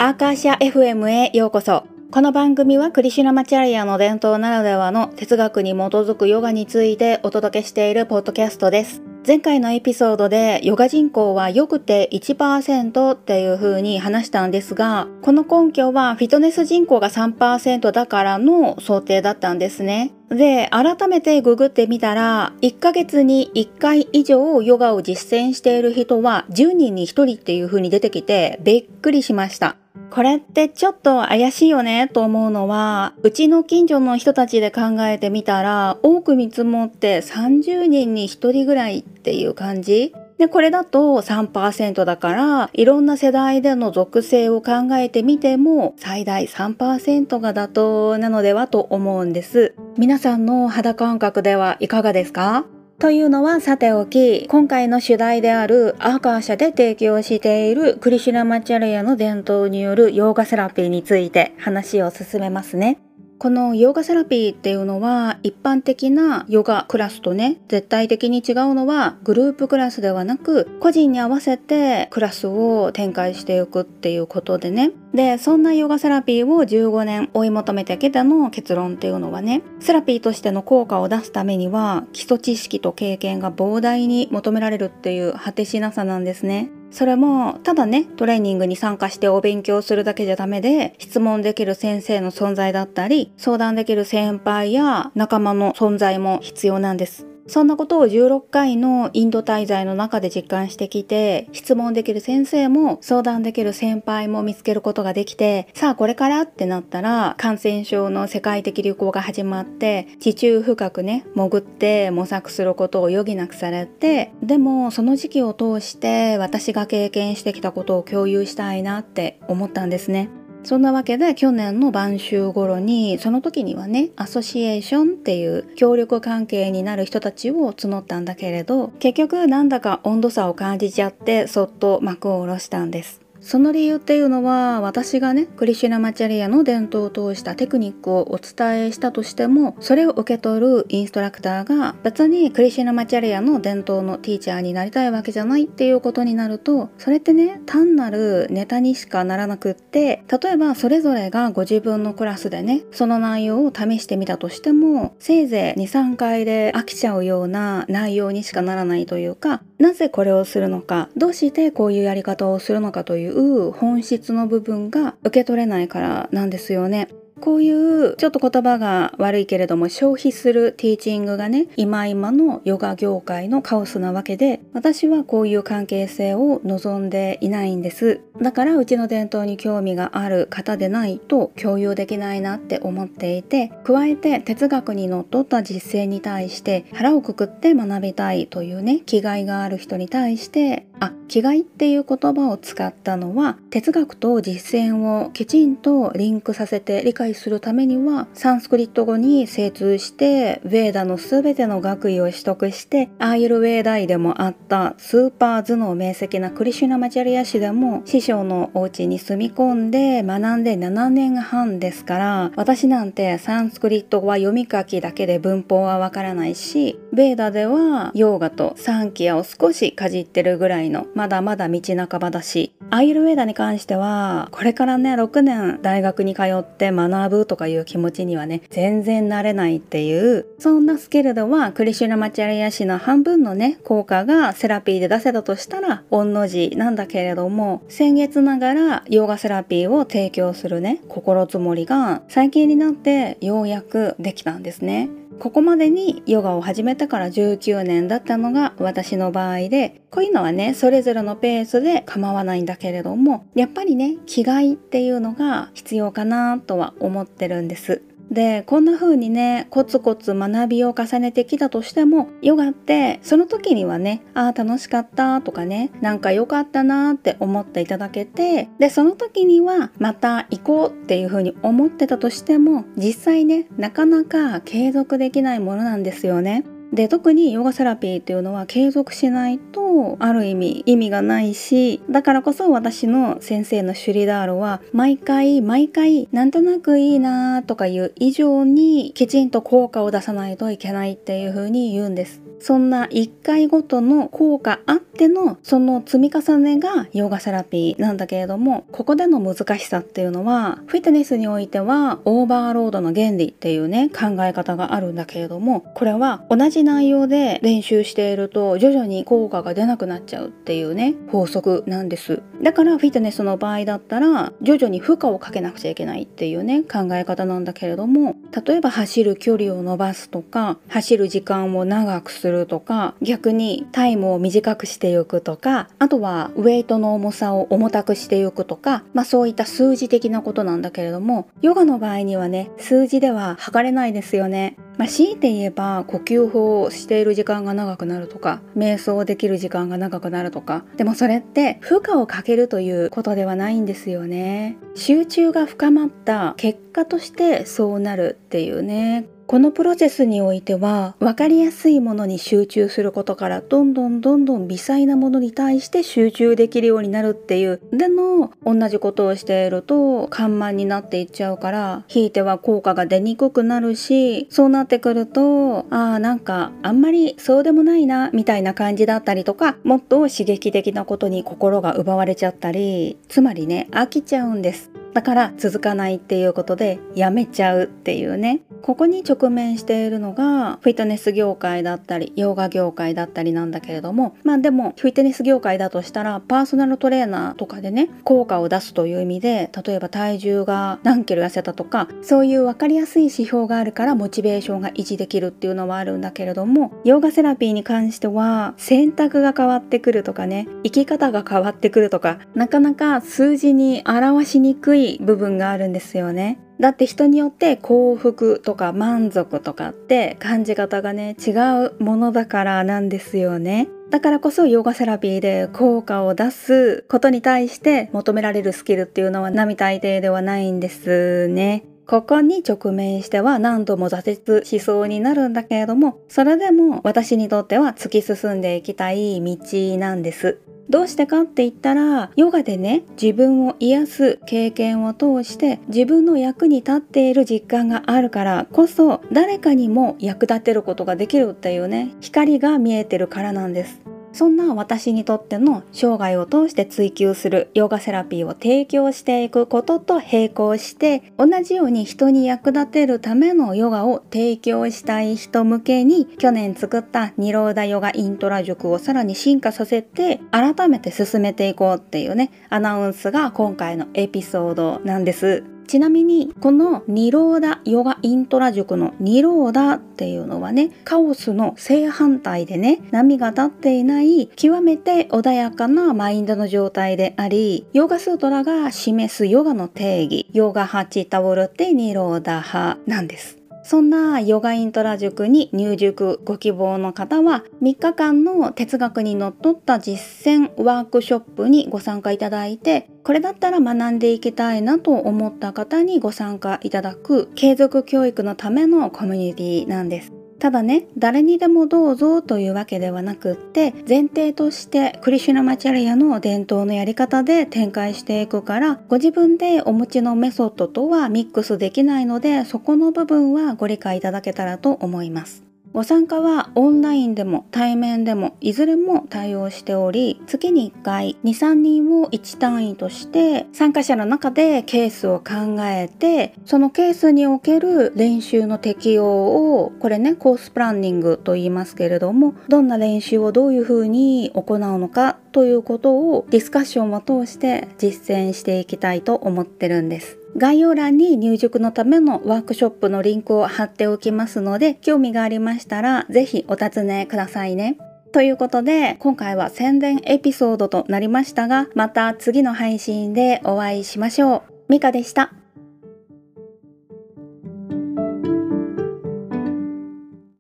アーカーシャ FM へようこそ。この番組はクリシュナマチャリアの伝統ならではの哲学に基づくヨガについてお届けしているポッドキャストです。前回のエピソードでヨガ人口はよくて 1% っていう風に話したんですが、この根拠はフィットネス人口が 3% だからの想定だったんですね。で、改めてググってみたら、1ヶ月に1回以上ヨガを実践している人は10人に1人っていう風に出てきてびっくりしました。これってちょっと怪しいよねと思うのは、うちの近所の人たちで考えてみたら、多く見積もって30人に1人ぐらいっていう感じで、これだと 3% だから、いろんな世代での属性を考えてみても、最大 3% が妥当なのではと思うんです。皆さんの肌感覚ではいかがですか？というのはさておき、今回の主題であるアーカー社で提供しているクリシュナマチャリアの伝統によるヨーガセラピーについて話を進めますね。このヨーガセラピーっていうのは一般的なヨガクラスとね、絶対的に違うのはグループクラスではなく個人に合わせてクラスを展開していくっていうことでね。で、そんなヨガセラピーを15年追い求めてきての結論っていうのはね、セラピーとしての効果を出すためには基礎知識と経験が膨大に求められるっていう果てしなさなんですね。それもただね、トレーニングに参加してお勉強するだけじゃダメで、質問できる先生の存在だったり、相談できる先輩や仲間の存在も必要なんです。そんなことを16回のインド滞在の中で実感してきて、質問できる先生も相談できる先輩も見つけることができて、さあこれからってなったら感染症の世界的流行が始まって、地中深くね潜って模索することを余儀なくされて、でもその時期を通して私が経験してきたことを共有したいなって思ったんですね。そんなわけで去年の晩秋頃に、その時にはね、アソシエーションっていう協力関係になる人たちを募ったんだけれど、結局なんだか温度差を感じちゃってそっと幕を下ろしたんです。その理由っていうのは、私がねクリシュナマチャリアの伝統を通したテクニックをお伝えしたとしても、それを受け取るインストラクターが別にクリシュナマチャリアの伝統のティーチャーになりたいわけじゃないっていうことになると、それってね単なるネタにしかならなくって、例えばそれぞれがご自分のクラスでねその内容を試してみたとしても、せいぜい 2,3 回で飽きちゃうような内容にしかならないというか、なぜこれをするのか、どうしてこういうやり方をするのかという本質の部分が受け取れないからなんですよね。こういうちょっと言葉が悪いけれども消費するティーチングがね、今のヨガ業界のカオスなわけで、私はこういう関係性を望んでいないんです。だからうちの伝統に興味がある方でないと共有できないなって思っていて、加えて哲学にのっとった実践に対して腹をくくって学びたいというね気概がある人に対して、気概っていう言葉を使ったのは、哲学と実践をきちんとリンクさせて理解するためには、サンスクリット語に精通してヴェーダのすべての学位を取得して、アーユルヴェーダ医でもあったスーパー頭脳明晰なクリシュナマチャリア氏でも師匠のお家に住み込んで学んで7年半ですから、私なんてサンスクリット語は読み書きだけで文法はわからないし、ヴェーダではヨーガとサンキヤを少しかじってるぐらいのまだまだ道半ばだし、アーユルヴェーダに関してはこれからね6年大学に通って学ぶとかいう気持ちにはね全然なれないっていう、そんなスキルではクリシュナマチャリア氏の半分のね効果がセラピーで出せたとしたら御の字なんだけれども、先月ながらヨガセラピーを提供するね心づもりが最近になってようやくできたんですね。ここまでにヨガを始めてから19年だったのが私の場合で、こういうのはねそれぞれのペースで構わないんだけれども、やっぱりね気概っていうのが必要かなとは思ってるんです。で、こんな風にねコツコツ学びを重ねてきたとしても、ヨガってその時にはね楽しかったとかね、なんか良かったなって思っていただけて、でその時にはまた行こうっていう風に思ってたとしても、実際ねなかなか継続できないものなんですよね。で、特にヨガセラピーっていうのは継続しないとある意味がないし、だからこそ私の先生のシュリダールは毎回なんとなくいいなとかいう以上にきちんと効果を出さないといけないっていう風に言うんです。 そんな1回ごとの効果あってのその積み重ねがヨガセラピーなんだけれども、ここでの難しさっていうのはフィットネスにおいてはオーバーロードの原理っていうね考え方があるんだけれども、これは同じ内容で練習していると徐々に効果が出なくなっちゃうっていうね法則なんです。だからフィットネスの場合だったら徐々に負荷をかけなくちゃいけないっていうね考え方なんだけれども、例えば走る距離を伸ばすとか走る時間を長くするとか、逆にタイムを短くしていくとか、あとはウェイトの重さを重たくしていくとか、そういった数字的なことなんだけれども、ヨガの場合にはね数字では測れないですよね。強いて言えば呼吸法をしている時間が長くなるとか瞑想できる時間が長くなるとか、でもそれって負荷をかけるということではないんですよね。集中が深まった結果としてそうなるっていうね。このプロセスにおいては分かりやすいものに集中することからどんどん微細なものに対して集中できるようになるっていう、での同じことをしていると緩慢になっていっちゃうから、ひいては効果が出にくくなるし、そうなってくるとなんかあんまりそうでもないなみたいな感じだったりとか、もっと刺激的なことに心が奪われちゃったり、つまりね飽きちゃうんです。だから続かないっていうことでやめちゃうっていうね。ここに直面しているのがフィットネス業界だったりヨガ業界だったりなんだけれども、でもフィットネス業界だとしたらパーソナルトレーナーとかでね効果を出すという意味で、例えば体重が何キロ痩せたとか、そういう分かりやすい指標があるからモチベーションが維持できるっていうのはあるんだけれども、ヨガセラピーに関しては選択が変わってくるとかね、生き方が変わってくるとか、なかなか数字に表しにくい部分があるんですよね。だって人によって幸福とか満足とかって感じ方がね違うものだからなんですよね。だからこそヨガセラピーで効果を出すことに対して求められるスキルっていうのは並大抵ではないんですね。ここに直面しては何度も挫折しそうになるんだけれども、それでも私にとっては突き進んでいきたい道なんです。どうしてかって言ったら、ヨガでね自分を癒す経験を通して自分の役に立っている実感があるからこそ、誰かにも役立てることができるっていうね光が見えてるからなんです。そんな私にとっての生涯を通して追求するヨガセラピーを提供していくことと並行して、同じように人に役立てるためのヨガを提供したい人向けに去年作ったニローダヨガイントラ塾をさらに進化させて改めて進めていこうっていうねアナウンスが今回のエピソードなんです。ちなみにこのニローダヨガイントラ塾のニローダっていうのはね、カオスの正反対でね、波が立っていない極めて穏やかなマインドの状態であり、ヨガスートラが示すヨガの定義、ヨガハチタオルテニローダハなんです。そんなヨガイントラ塾に入塾ご希望の方は3日間の哲学にのっとった実践ワークショップにご参加いただいて、これだったら学んでいきたいなと思った方にご参加いただく継続教育のためのコミュニティなんです。ただね、誰にでもどうぞというわけではなくって、前提としてクリシュナマチャリアの伝統のやり方で展開していくから、ご自分でお持ちのメソッドとはミックスできないので、そこの部分はご理解いただけたらと思います。ご参加はオンラインでも対面でもいずれも対応しており、月に1回 2,3 人を1単位として参加者の中でケースを考えて、そのケースにおける練習の適用を、これねコースプランニングと言いますけれども、どんな練習をどういうふうに行うのかということをディスカッションを通して実践していきたいと思ってるんです。概要欄に入塾のためのワークショップのリンクを貼っておきますので、興味がありましたらぜひお尋ねくださいね。ということで今回は宣伝エピソードとなりましたが、また次の配信でお会いしましょう。ミカでした。